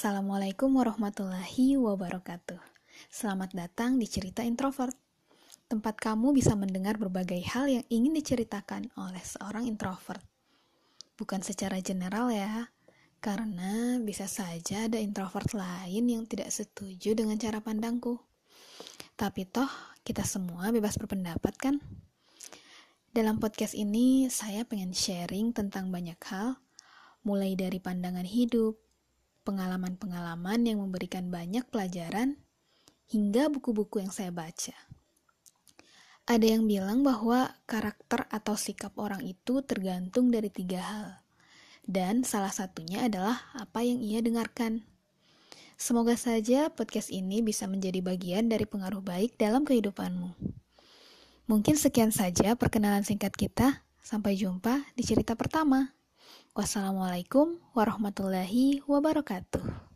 Assalamualaikum warahmatullahi wabarakatuh. Selamat datang di Cerita Introvert, tempat kamu bisa mendengar berbagai hal yang ingin diceritakan oleh seorang introvert. Bukan secara general ya, karena bisa saja ada introvert lain yang tidak setuju dengan cara pandangku. Tapi toh, kita semua bebas berpendapat kan? Dalam podcast ini, saya pengen sharing tentang banyak hal, mulai dari pandangan hidup, pengalaman-pengalaman yang memberikan banyak pelajaran, hingga buku-buku yang saya baca. Ada yang bilang bahwa karakter atau sikap orang itu tergantung dari 3 hal, dan salah satunya adalah apa yang ia dengarkan. Semoga saja podcast ini bisa menjadi bagian dari pengaruh baik dalam kehidupanmu. Mungkin sekian saja perkenalan singkat kita. Sampai jumpa di cerita pertama. Wassalamualaikum warahmatullahi wabarakatuh.